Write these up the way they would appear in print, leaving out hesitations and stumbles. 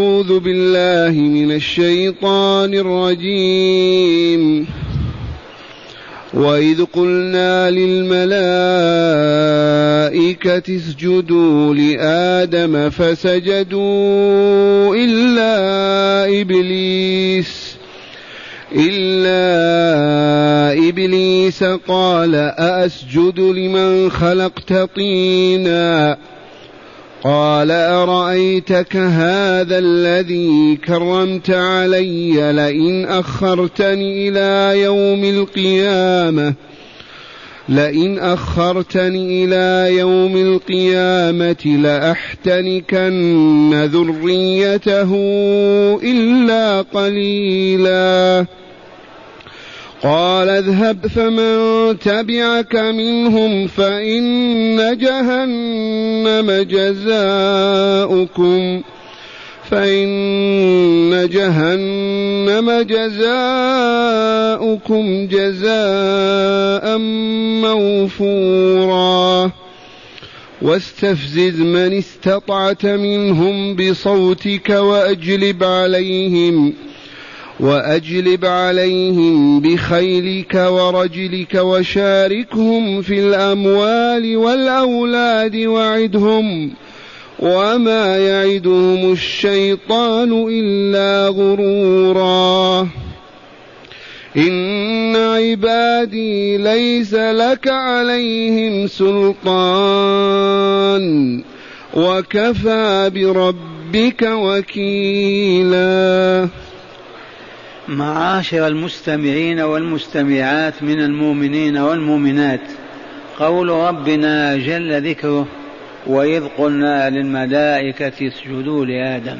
أعوذ بالله من الشيطان الرجيم. وإذ قلنا للملائكة اسجدوا لآدم فسجدوا إلا إبليس قال أأسجد لمن خلقت طينا قال أرأيتك هذا الذي كرمت علي لئن أخرتني إلى يوم القيامة لأحتنكن ذريته إلا قليلا. قال اذهب فمن تبعك منهم فإن جهنم جزاؤكم جزاء موفورا. واستفزز من استطعت منهم بصوتك وأجلب عليهم بخيلك ورجلك وشاركهم في الأموال والأولاد وعدهم وما يعدهم الشيطان إلا غرورا. إن عبادي ليس لك عليهم سلطان وكفى بربك وكيلا. معاشر المستمعين والمستمعات من المؤمنين والمؤمنات، قول ربنا جل ذكره وإذ قلنا للملائكة اسجدوا لآدم،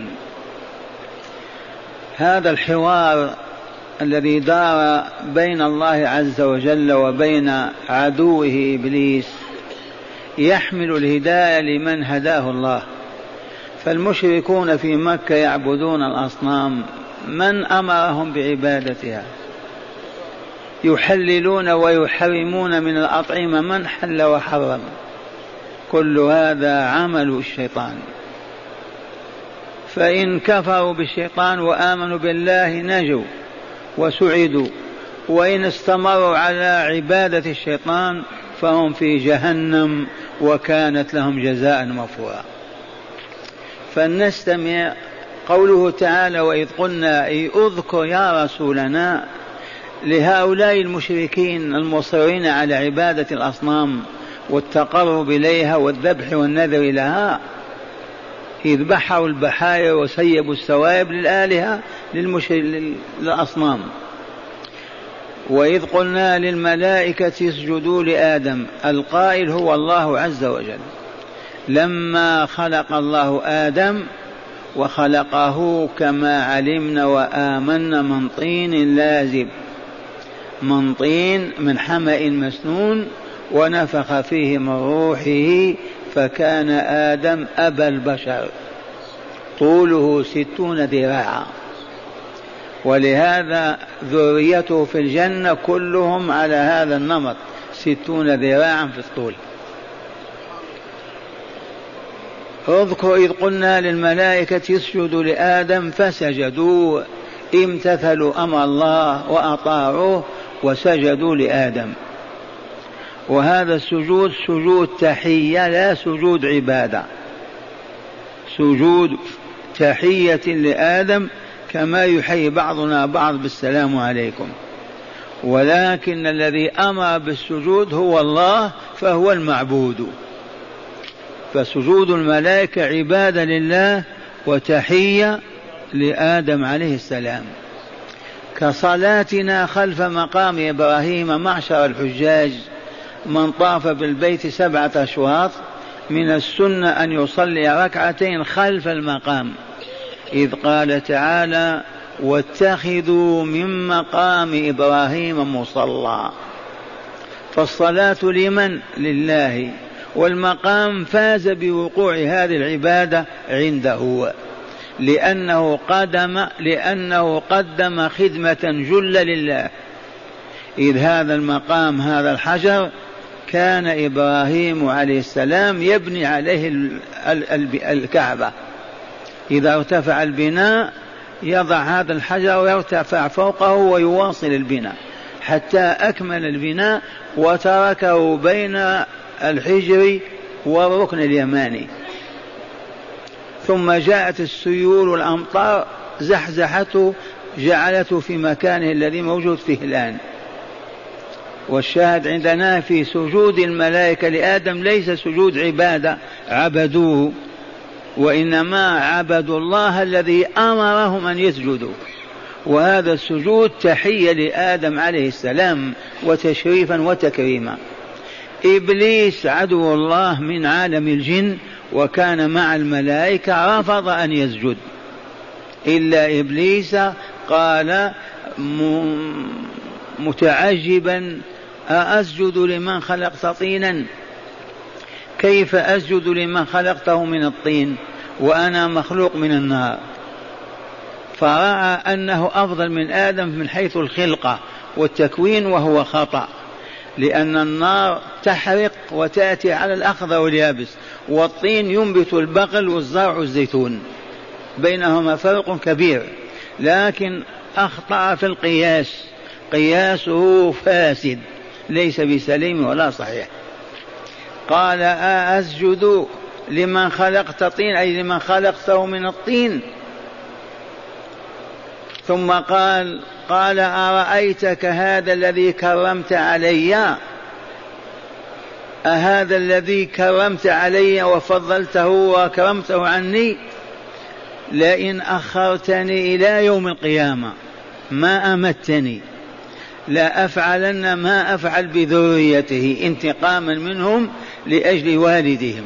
هذا الحوار الذي دار بين الله عز وجل وبين عدوه إبليس يحمل الهداية لمن هداه الله. فالمشركون في مكة يعبدون الأصنام، من أمرهم بعبادتها؟ يحللون ويحرمون من الأطعمة، من حل وحرم؟ كل هذا عمل الشيطان. فإن كفروا بالشيطان وآمنوا بالله نجوا وسعدوا، وإن استمروا على عبادة الشيطان فهم في جهنم وكانت لهم جزاء مفورا. فلنستمع قوله تعالى وإذ قلنا، أي اذكر يا رسولنا لهؤلاء المشركين المصرين على عبادة الأصنام والتقرب إليها والذبح والنذر لها، إذ بحروا البحايا وسيبوا السوائب للآلهة للأصنام. وإذ قلنا للملائكة اسجدوا لآدم، القائل هو الله عز وجل. لما خلق الله آدم وخلقه كما علمنا وآمنا من طين لازب، من طين من حمأ مسنون، ونفخ فيه من روحه فكان آدم أبا البشر، طوله 60 ذراعا. ولهذا ذريته في الجنة كلهم على هذا النمط، 60 ذراعا في الطول. اذكر إذ قلنا للملائكة اسجدوا لآدم فسجدوا، امتثلوا أمر الله وأطاعوه وسجدوا لآدم. وهذا السجود سجود تحية لا سجود عبادة، سجود تحية لآدم كما يحيي بعضنا بعض بالسلام عليكم. ولكن الذي أمر بالسجود هو الله، فهو المعبود. فسجود الملائكة عبادة لله وتحية لآدم عليه السلام، كصلاتنا خلف مقام إبراهيم. معشر الحجاج، من طاف بالبيت 7 أشواط من السنة أن يصلي ركعتين خلف المقام، إذ قال تعالى واتخذوا من مقام إبراهيم مصلى. فالصلاة لمن؟ لله. والمقام فاز بوقوع هذه العبادة عنده، لأنه قدم خدمة جل لله. إذ هذا المقام، هذا الحجر، كان إبراهيم عليه السلام يبني عليه الكعبة، إذا ارتفع البناء يضع هذا الحجر ويرتفع فوقه ويواصل البناء حتى أكمل البناء وتركه بين الحجر والركن اليماني. ثم جاءت السيول والأمطار زحزحته جعلته في مكانه الذي موجود فيه الآن. والشاهد عندنا في سجود الملائكة لآدم ليس سجود عبادة عبدوه، وإنما عبدوا الله الذي أمرهم أن يسجدوا، وهذا السجود تحية لآدم عليه السلام وتشريفا وتكريما. إبليس عدو الله من عالم الجن وكان مع الملائكة رفض أن يسجد إلا إبليس قال متعجبا أسجد لمن خلقت طينا؟ كيف أسجد لمن خلقته من الطين وأنا مخلوق من النار؟ فرأى أنه أفضل من آدم من حيث الخلقة والتكوين، وهو خطأ، لأن النار تحرق وتأتي على الأخضر واليابس، والطين ينبت البقل والزرع والزيتون، بينهما فرق كبير. لكن أخطأ في القياس، قياسه فاسد ليس بسليم ولا صحيح. قال أسجد لمن خلقت طين، أي لمن خلقته من الطين. ثم قال أرأيتك هذا الذي كرمت علي، أهذا الذي كرمت علي وفضلته وأكرمته عني، لئن أخرتني إلى يوم القيامة ما أمتني لا أفعلن ما أفعل بذريته انتقاما منهم لأجل والدهم.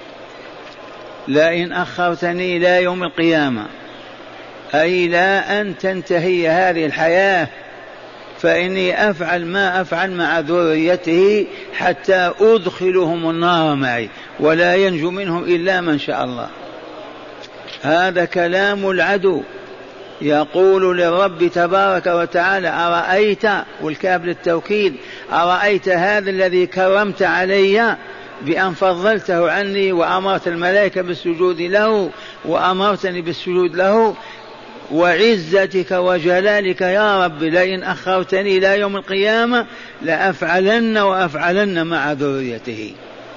لئن أخرتني إلى يوم القيامة أي لا أن تنتهي هذه الحياة، فإني أفعل ما أفعل مع ذريته حتى أدخلهم النار معي ولا ينجو منهم إلا من شاء الله. هذا كلام العدو يقول للرب تبارك وتعالى أرأيت، والكاف للتوكيد، أرأيت هذا الذي كرمت علي بأن فضلته عني وأمرت الملائكة بالسجود له وأمرتني بالسجود له، وعزتك وجلالك يا رب لئن أخرتني إلى يوم القيامة لأفعلن وأفعلن مع ذريته.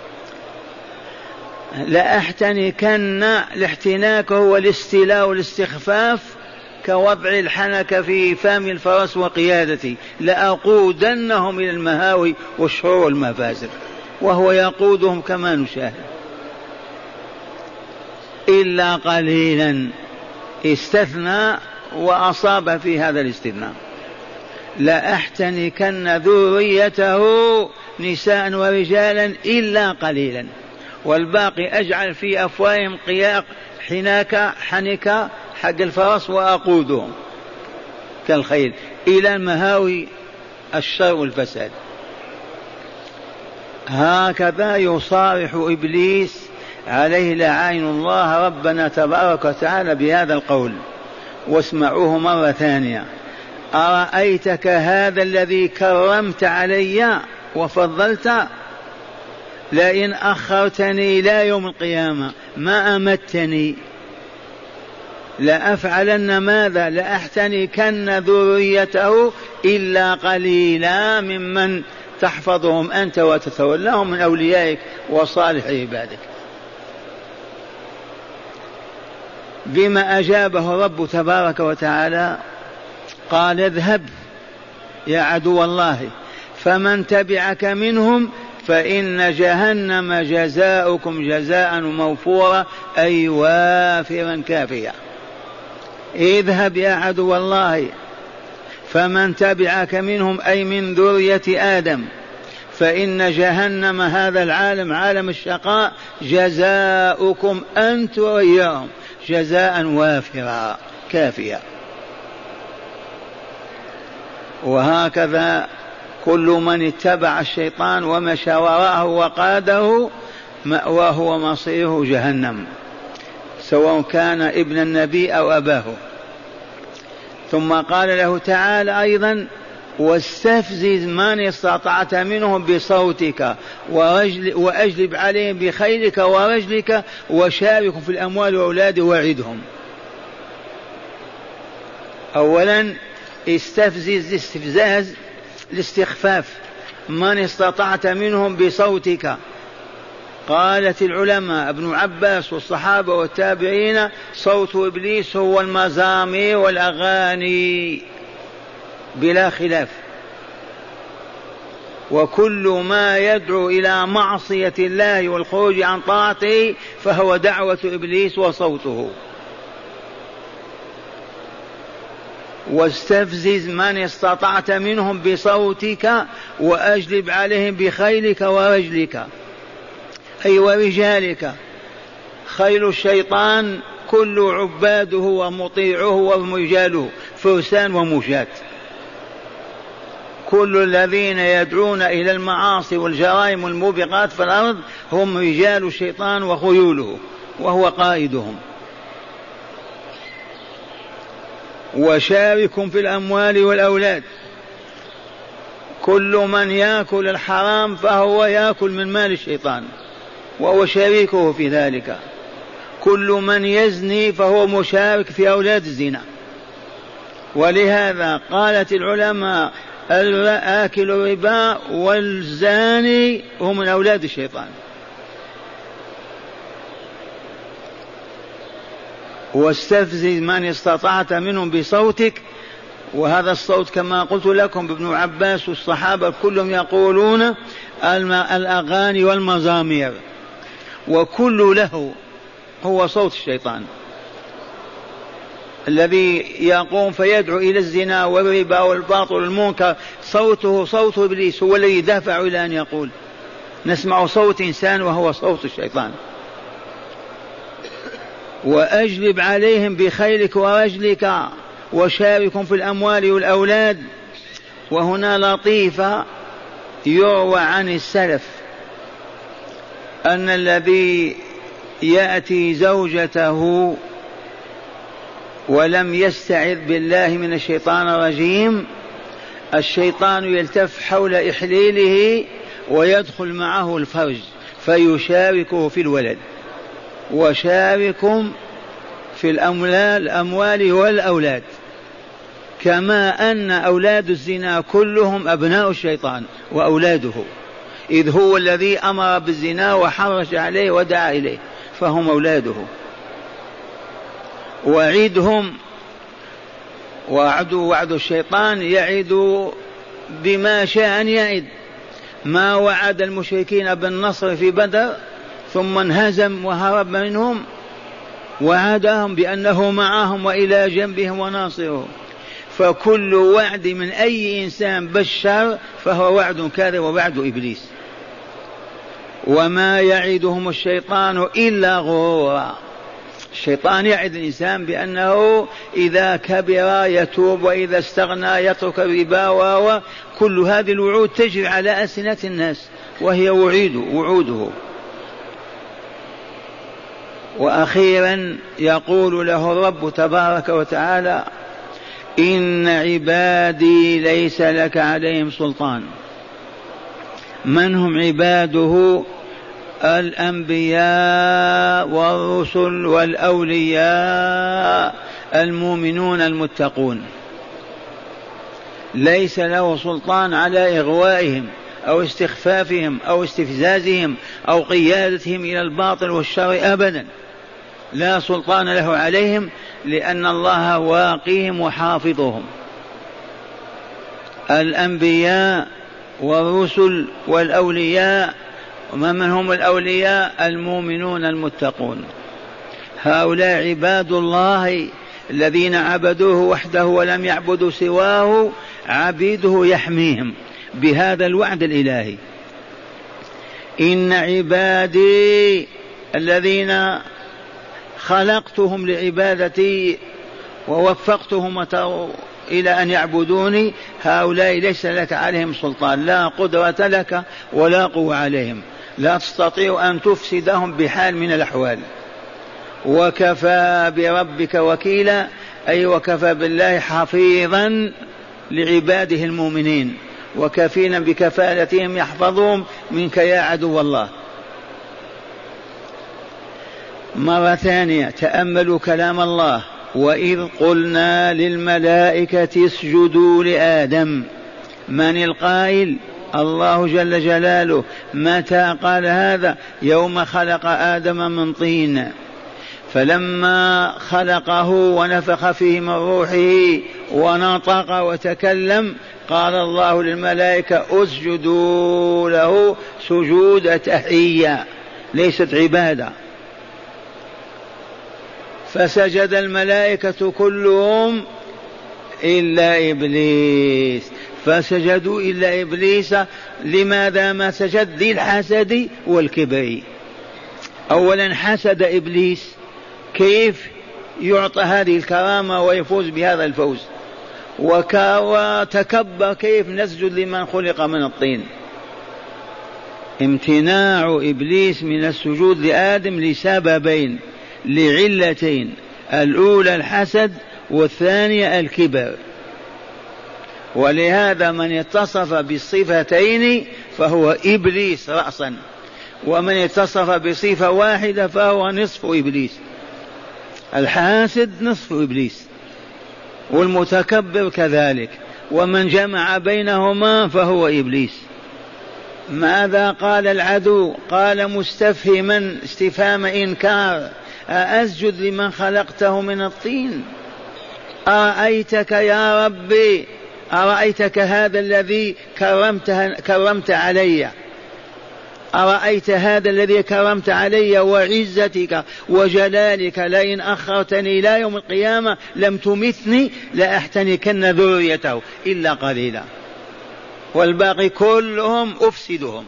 لأحتنكن، الاحتناك هو الاستيلاء والاستخفاف كوضع الحنك في فم الفرس وقيادته، لأقودنهم إلى المهاوي والشرور والمفاسد، وهو يقودهم كما نشاهد. إلا قليلا استثنى وأصاب في هذا الاستثناء. لأحتنكن ذريته نساء ورجالا إلا قليلا، والباقي أجعل في أفواههم قياق حنك حق الفرس وأقودهم كالخيل إلى المهاوي الشر والفساد. هكذا يصارح إبليس عليه لعين الله ربنا تبارك وتعالى بهذا القول. واسمعوه مرة ثانية: أرأيتك هذا الذي كرمت علي وفضلت، لئن أخرتني إلى يوم القيامة ما أمتني لأفعلن ماذا؟ لأحتنكن ذريته إلا قليلا ممن تحفظهم أنت وتتولاهم من أوليائك وصالح عبادك. بما أجابه الرب تبارك وتعالى قال: اذهب يا عدو الله فمن تبعك منهم فإن جهنم جزاؤكم جزاء موفورا، أي وافرا كافيا. اذهب يا عدو الله فمن تبعك منهم أي من ذرية آدم، فإن جهنم هذا العالم عالم الشقاء جزاؤكم أنت وإياهم جزاء وافرا كافيا. وهكذا كل من اتبع الشيطان ومشى وراءه وقاده مأواه ومصيره جهنم، سواء كان ابن النبي أو أباه. ثم قال له تعالى أيضا: واستفزز من استطعت منهم بصوتك وأجلب عليهم بخيلك ورجلك وشاركهم في الأموال والأولاد وعدهم. أولا استفزز استفزاز الاستخفاف، من استطعت منهم بصوتك. قالت العلماء ابن عباس والصحابة والتابعين صوت إبليس هو المزامير والأغاني بلا خلاف، وكل ما يدعو إلى معصية الله والخروج عن طاعته فهو دعوة إبليس وصوته. واستفزز من استطعت منهم بصوتك وأجلب عليهم بخيلك ورجلك أي ورجالك. خيل الشيطان كل عباده ومطيعه ورجاله فرسان ومشاة، كل الذين يدعون إلى المعاصي والجرائم والموبقات في الأرض هم رجال الشيطان وخيوله وهو قائدهم. وشاركهم في الأموال والأولاد، كل من يأكل الحرام فهو يأكل من مال الشيطان وهو شريكه في ذلك، كل من يزني فهو مشارك في أولاد الزنا. ولهذا قالت العلماء آكل الربا والزاني هم من أولاد الشيطان. واستفزز من استطعت منهم بصوتك، وهذا الصوت كما قلت لكم ابن عباس والصحابة كلهم يقولون الأغاني والمزامير، وكل له هو صوت الشيطان الذي يقوم فيدعو إلى الزنا والربا والباطل والمنكر. صوته صوت إبليس هو الذي دافع إلى أن يقول. نسمع صوت إنسان وهو صوت الشيطان. وأجلب عليهم بخيلك ورجلك وشاركهم في الأموال والأولاد. وهنا لطيفة يروى عن السلف أن الذي يأتي زوجته ولم يستعذ بالله من الشيطان الرجيم، الشيطان يلتف حول إحليله ويدخل معه الفرج فيشاركه في الولد. وشاركهم في الأموال والأولاد، كما أن أولاد الزنا كلهم أبناء الشيطان وأولاده، إذ هو الذي أمر بالزنا وحرج عليه ودعا إليه، فهم أولاده. وعدهم وعد الشيطان يعد بما شاء أن يعد. ما وعد المشركين بالنصر في بدر ثم انهزم وهرب منهم، وعدهم بأنه معهم وإلى جنبهم وناصرهم. فكل وعد من أي إنسان بالشر فهو وعد كاذب ووعد إبليس. وما يعدهم الشيطان إلا غرورا. الشيطان يعد الإنسان بأنه إذا كبر يتوب وإذا استغنى يترك الربا، وكل هذه الوعود تجري على ألسنة الناس وهي وعوده. وأخيرا يقول له الرب تبارك وتعالى: إن عبادي ليس لك عليهم سلطان. من هم عباده؟ الأنبياء والرسل والأولياء المؤمنون المتقون. ليس له سلطان على إغوائهم أو استخفافهم أو استفزازهم أو قيادتهم إلى الباطل والشر أبدا، لا سلطان له عليهم، لأن الله واقيهم وحافظهم. الأنبياء والرسل والأولياء. ومن هم الأولياء؟ المؤمنون المتقون. هؤلاء عباد الله الذين عبدوه وحده ولم يعبدوا سواه، عبيده يحميهم بهذا الوعد الإلهي. إن عبادي الذين خلقتهم لعبادتي ووفقتهم إلى أن يعبدوني، هؤلاء ليس لك عليهم سلطان، لا قدرة لك ولا قوة عليهم، لا تستطيع أن تفسدهم بحال من الأحوال. وكفى بربك وكيلا، أي وكفى بالله حفيظا لعباده المؤمنين، وكفينا بكفالتهم يحفظهم منك يا عدو الله. مرة ثانية تأملوا كلام الله: وإذ قلنا للملائكة اسجدوا لآدم. من القائل؟ الله جل جلاله. متى قال هذا؟ يوم خلق آدم من طين، فلما خلقه ونفخ فيه من روحه ونطق وتكلم قال الله للملائكة اسجدوا له سجود تحية ليست عبادة. فسجد الملائكة كلهم إلا إبليس، فسجدوا إلا إبليس. لماذا ما سجد؟ ذي الحسد والكبر. أولا حسد إبليس، كيف يعطى هذه الكرامة ويفوز بهذا الفوز؟ وتكبر، كيف نسجد لمن خلق من الطين؟ امتناع إبليس من السجود لآدم لسببين، لعلتين: الأولى الحسد، والثانية الكبر. ولهذا من اتصف بالصفتين فهو إبليس رأسا، ومن اتصف بصفة واحدة فهو نصف إبليس. الحاسد نصف إبليس، والمتكبر كذلك، ومن جمع بينهما فهو إبليس. ماذا قال العدو؟ قال مستفهما استفهام إنكار: أأسجد لمن خلقته من الطين؟ أرأيتك يا ربي، أرأيتك هذا الذي كرمت علي، أرأيت هذا الذي كرمت علي وعزتك وجلالك، لئن أخرتني إلى يوم القيامة لم تمثني لأحتنكن ذريته إلا قليلا، والباقي كلهم أفسدهم.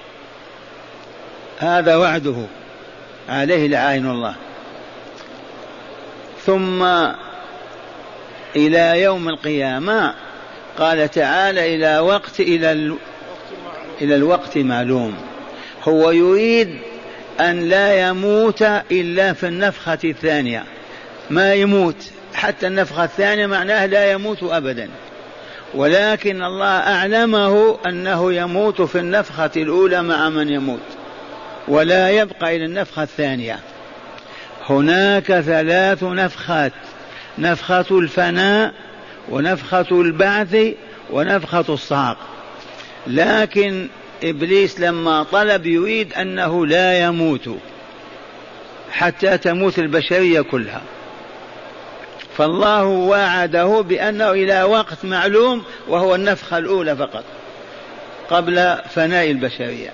هذا وعده عليه لعين الله. ثم إلى يوم القيامة قال تعالى إلى الوقت معلوم. هو يريد أن لا يموت إلا في النفخة الثانية، ما يموت حتى النفخة الثانية معناه لا يموت أبدا، ولكن الله أعلمه أنه يموت في النفخة الأولى مع من يموت، ولا يبقى إلى النفخة الثانية. هناك 3 نفخات: نفخة الفناء، ونفخة البعث، ونفخة الصعق. لكن إبليس لما طلب يريد أنه لا يموت حتى تموت البشرية كلها، فالله وعده بأنه إلى وقت معلوم، وهو النفخة الأولى فقط قبل فناء البشرية.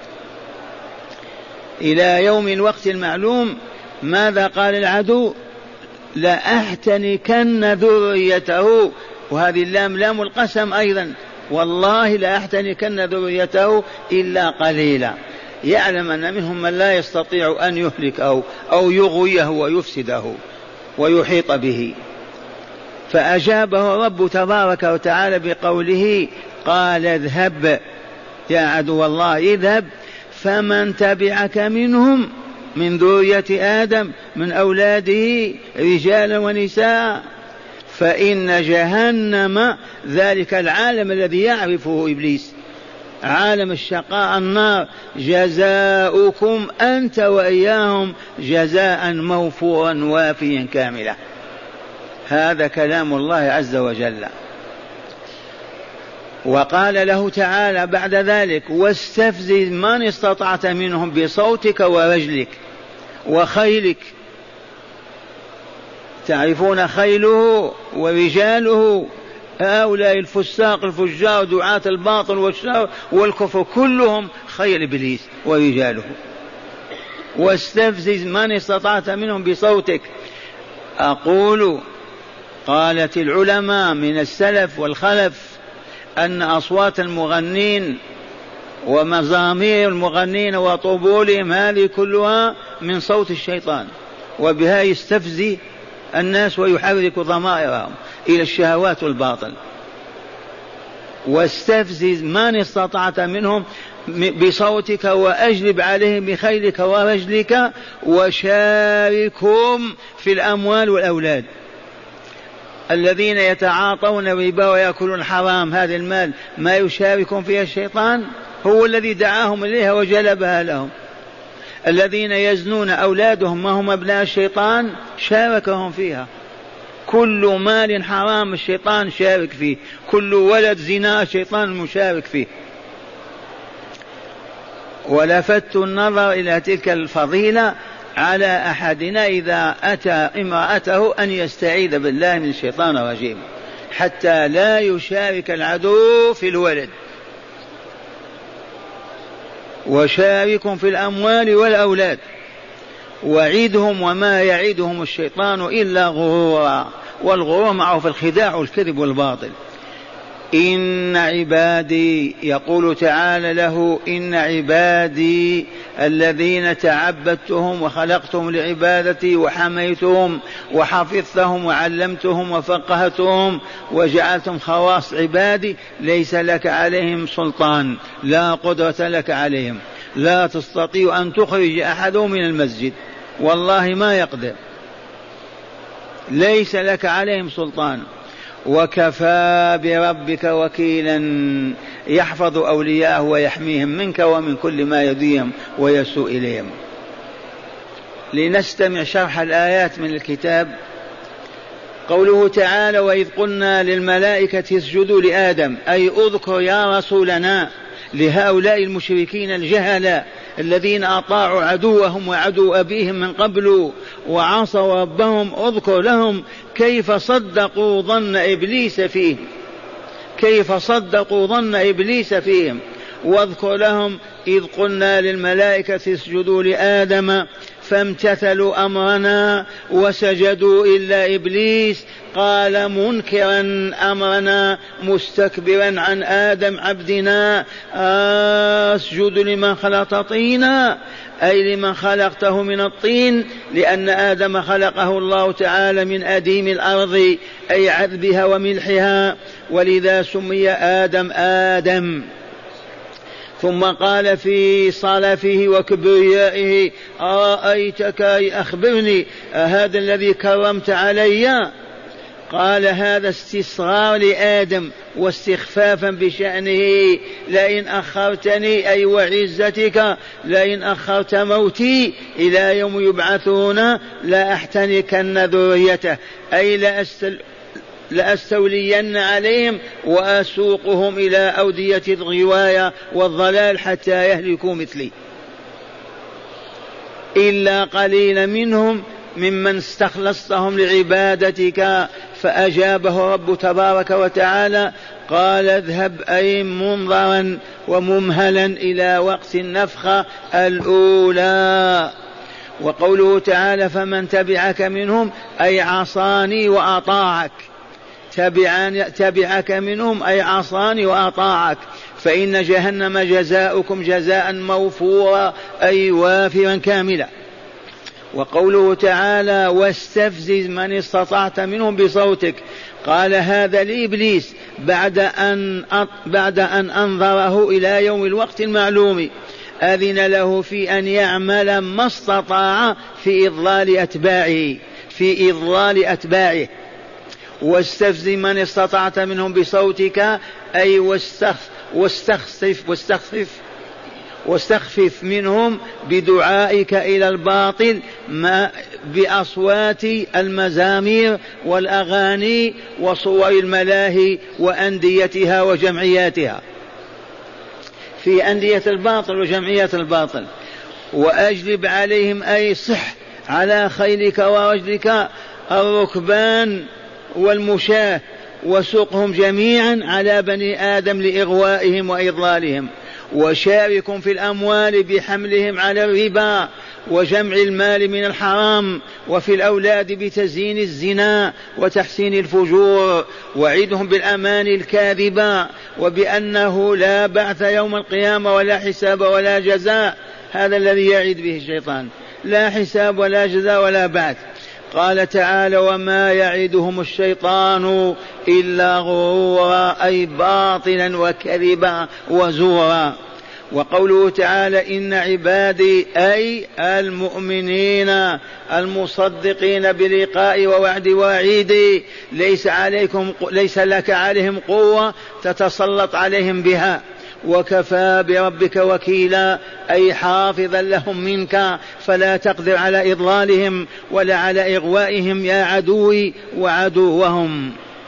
إلى يوم الوقت المعلوم ماذا قال العدو؟ لأحتنكن ذريته، وهذه اللام لام القسم أيضا، والله لأحتنكن ذريته إلا قليلا. يعلم أن منهم من لا يستطيع أن يهلك أو يغويه ويفسده ويحيط به. فأجابه الرب تبارك وتعالى بقوله: قال اذهب يا عدو الله، اذهب فمن تبعك منهم من ذرية آدم من أولاده رجالا ونساء فإن جهنم، ذلك العالم الذي يعرفه إبليس، عالم الشقاء النار، جزاؤكم أنت وإياهم جزاء موفورا وافيا كاملا. هذا كلام الله عز وجل. وقال له تعالى بعد ذلك: واستفزز من استطعت منهم بصوتك ورجلك وخيلك. تعرفون خيله ورجاله، هؤلاء الفساق الفجار دعاة الباطل والشر والكفر كلهم خيل إبليس ورجاله. واستفزز من استطعت منهم بصوتك. أقول قالت العلماء من السلف والخلف أن أصوات المغنين ومزامير المغنين وطبولهم هذه كلها من صوت الشيطان، وبها يستفزي الناس ويحرك ضمائرهم إلى الشهوات والباطل. واستفزز من استطعت منهم بصوتك وأجلب عليهم بخيلك ورجلك وشاركهم في الأموال والأولاد. الذين يتعاطون الربا ويأكلون الحرام، هذا المال ما يشاركهم فيها الشيطان؟ هو الذي دعاهم إليها وجلبها لهم. الذين يزنون أولادهم ما هم أبناء الشيطان شاركهم فيها. كل مال حرام الشيطان شارك فيه، كل ولد زنا الشيطان مشارك فيه. ولفت النظر إلى تلك الفضيلة على أحدنا إذا أتى امرأته أن يستعيذ بالله من الشيطان الرجيم حتى لا يشارك العدو في الولد. وشاركهم في الأموال والأولاد وعدهم وما يعدهم الشيطان إلا غرورا، والغرور معه في الخداع والكذب والباطل. إن عبادي، يقول تعالى له: إن عبادي الذين تعبدتهم وخلقتهم لعبادتي وحميتهم وحفظتهم وعلمتهم وفقهتهم وجعلتهم خواص عبادي ليس لك عليهم سلطان، لا قدرة لك عليهم، لا تستطيع أن تخرج أحدهم من المسجد، والله ما يقدر، ليس لك عليهم سلطان. وكفى بربك وكيلا يحفظ أولياءه ويحميهم منك ومن كل ما يديهم ويسوء إليهم. لنستمع شرح الآيات من الكتاب. قوله تعالى: وإذ قلنا للملائكة اسجدوا لآدم، أي اذكر يا رسولنا لهؤلاء المشركين الجهلاء الذين أطاعوا عدوهم وعدو أبيهم من قبل وعصوا ربهم، اذكر لهم كيف صدقوا ظن إبليس فيهم، كيف صدقوا ظن إبليس فيهم. واذكر لهم إذ قلنا للملائكة اسجدوا لآدم فامتثلوا أمرنا وسجدوا إلا إبليس قال منكرا أمرنا مستكبرا عن آدم عبدنا أسجد لمن خلقت طينا، أي لمن خلقته من الطين، لأن آدم خلقه الله تعالى من أديم الأرض أي عذبها وملحها، ولذا سمي آدم آدم. ثم قال في صلفه وكبريائه: أرأيتك أخبرني هذا الذي كرمت علي؟ قال: هذا استصغار لآدم واستخفافا بشأنه، لئن أخرتني أي وعزتك لئن أخرت موتي إلى يوم يبعثون لأحتنكن ذريته، أي لأستولين عليهم وأسوقهم إلى أودية الغواية والضلال حتى يهلكوا مثلي، إلا قليلا منهم ممن استخلصتهم لعبادتك. فأجابه رب تبارك وتعالى قال: اذهب أي منظرا وممهلا إلى وقت النفخة الأولى. وقوله تعالى: فمن تبعك منهم أي عصاني وأطاعك، تبعك منهم أي عصاني وأطاعك، فإن جهنم جزاؤكم جزاء موفورا أي وافرا كاملا. وقوله تعالى: واستفزز من استطعت منهم بصوتك، قال هذا لإبليس بعد أن أنظره إلى يوم الوقت المعلوم، أذن له في أن يعمل ما استطاع في إضلال أتباعه. واستفزز من استطعت منهم بصوتك أي واستخفف منهم بدعائك إلى الباطل بأصوات المزامير والأغاني وصور الملاهي وأنديتها وجمعياتها، في أندية الباطل وجمعيات الباطل. وأجلب عليهم أي صح على خيلك ورجلك الركبان والمشاة وسوقهم جميعا على بني آدم لإغوائهم وإضلالهم. وشاركهم في الأموال بحملهم على الربا وجمع المال من الحرام، وفي الأولاد بتزيين الزنا وتحسين الفجور. وعدهم بالأمان الكاذبة وبأنه لا بعث يوم القيامة ولا حساب ولا جزاء، هذا الذي يعد به الشيطان، لا حساب ولا جزاء ولا بعث. قال تعالى: وما يعدهم الشيطان إلا غرورا أي باطلا وكذبا وزورا. وقوله تعالى إن عبادي أي المؤمنين المصدقين بلقاء ووعد وعيدي ليس لك عليهم قوة تتسلط عليهم بها، وكفى بربك وكيلا أي حافظا لهم منك فلا تقدر على إضلالهم ولا على إغوائهم يا عدوي وعدوهم.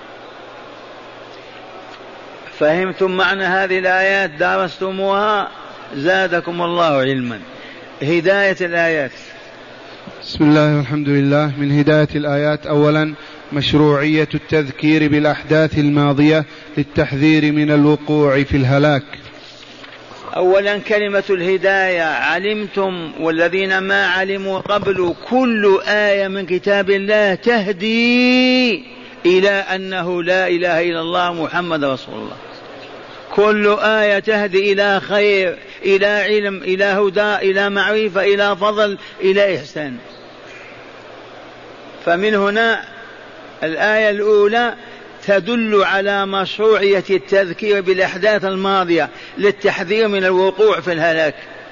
فهمتم معنى هذه الآيات؟ درستموها؟ زادكم الله علما. هداية الآيات. بسم الله والحمد لله. من هداية الآيات أولا مشروعية التذكير بالأحداث الماضية للتحذير من الوقوع في الهلاك. أولا كلمة الهداية، علمتم والذين ما علموا قبل كل آية من كتاب الله تهدي إلى أنه لا إله إلا الله محمد رسول الله. كل آية تهدي إلى خير، إلى علم، إلى هدى، إلى معرفة، إلى فضل، إلى إحسان. فمن هنا الآية الأولى تدل على مشروعية التذكير بالأحداث الماضية للتحذير من الوقوع في الهلاك.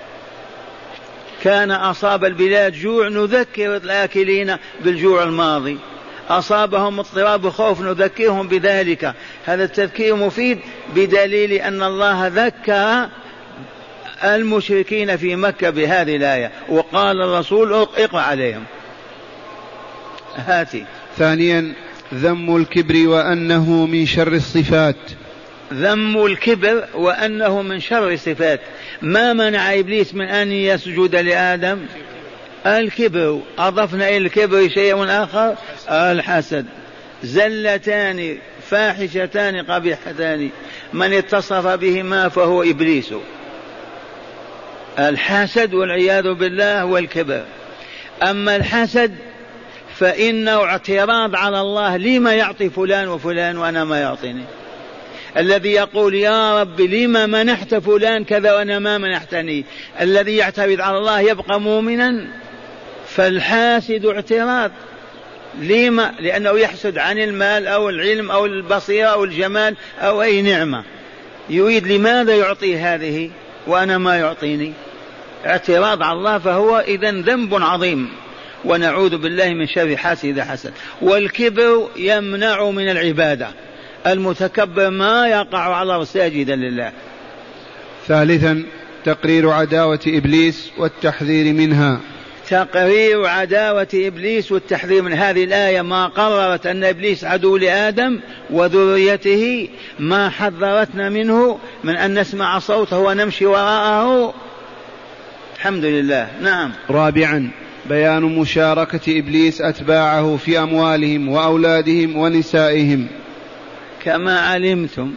كان أصاب البلاد جوع نذكر الآكلين بالجوع الماضي، أصابهم اضطراب وخوف نذكرهم بذلك. هذا التذكير مفيد بدليل أن الله ذكر المشركين في مكة بهذه الآية، وقال الرسول اقرأ عليهم. هاتي. ثانيا ذم الكبر وأنه من شر الصفات. ذم الكبر وأنه من شر الصفات. ما منع إبليس من أن يسجد لآدم؟ الكبر. أضفنا إلى الكبر شيء آخر، الحسد. زلتان فاحشتان قبيحتان من اتصف بهما فهو إبليس، الحسد والعياذ بالله والكبر. أما الحسد فإنه اعتراض على الله، لما يعطي فلان وفلان وأنا ما يعطيني. الذي يقول يا رب لما منحت فلان كذا وأنا ما منحتني، الذي يعترض على الله يبقى مؤمنا؟ فالحاسد اعتراض. لما؟ لأنه يحسد عن المال أو العلم أو البصيرة أو الجمال أو أي نعمة، يريد لماذا يعطي هذه وأنا ما يعطيني؟ اعتراض على الله، فهو إذن ذنب عظيم، ونعوذ بالله من شر حاسد إذا حسد. والكبر يمنع من العبادة، المتكبر ما يقع على ساجدا لله. ثالثا تقرير عداوة إبليس والتحذير منها. تقرير عداوة إبليس والتحذير من هذه الآية ما قررت أن إبليس عدو لآدم وذريته، ما حذرتنا منه من أن نسمع صوته ونمشي وراءه. الحمد لله. نعم. رابعا بيان مشاركة إبليس أتباعه في أموالهم وأولادهم ونسائهم. كما علمتم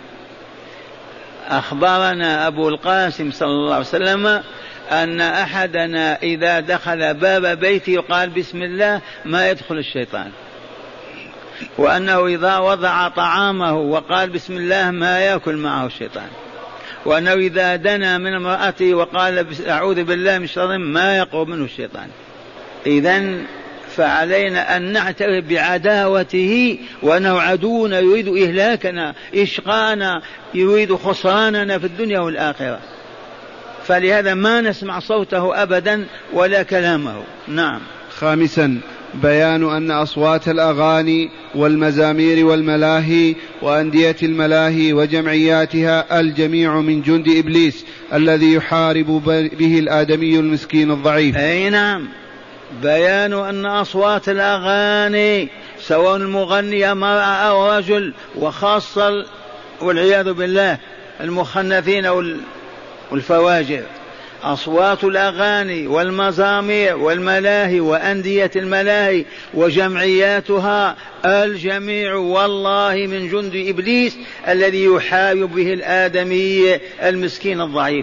أخبرنا أبو القاسم صلى الله عليه وسلم أن أحدنا إذا دخل باب بيته يقال بسم الله ما يدخل الشيطان، وأنه إذا وضع طعامه وقال بسم الله ما يأكل معه الشيطان، وأنه إذا دنا من امرأته وقال أعوذ بالله من شر ما يقرب منه الشيطان. إذن فعلينا أن نعترف بعداوته، وأنه عدونا يريد إهلاكنا، إشقانا، يريد خسراننا في الدنيا والآخرة. فلهذا ما نسمع صوته أبدا ولا كلامه. نعم. خامسا بيان أن أصوات الأغاني والمزامير والملاهي وأندية الملاهي وجمعياتها الجميع من جند إبليس الذي يحارب به الآدمي المسكين الضعيف. أي نعم. بيان أن أصوات الأغاني سواء المغني مرأة أو رجل، وخاصة والعياذ بالله المخنثين والفواجر، أصوات الأغاني والمزامير والملاهي وأندية الملاهي وجمعياتها الجميع والله من جند إبليس الذي يحارب به الآدمي المسكين الضعيف.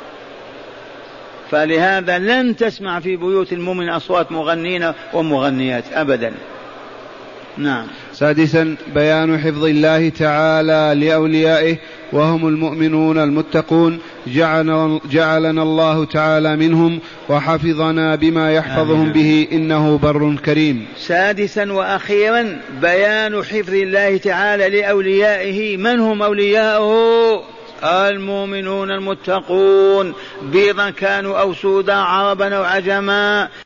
فلهذا لن تسمع في بيوت المؤمن أصوات مغنين ومغنيات أبدا. نعم. سادسا بيان حفظ الله تعالى لأوليائه وهم المؤمنون المتقون، جعلنا الله تعالى منهم وحفظنا بما يحفظهم به إنه بر كريم. سادسا وأخيرا بيان حفظ الله تعالى لأوليائه. من هم أولياؤه؟ المؤمنون المتقون بيضا كانوا أو سودا عربا أو عجما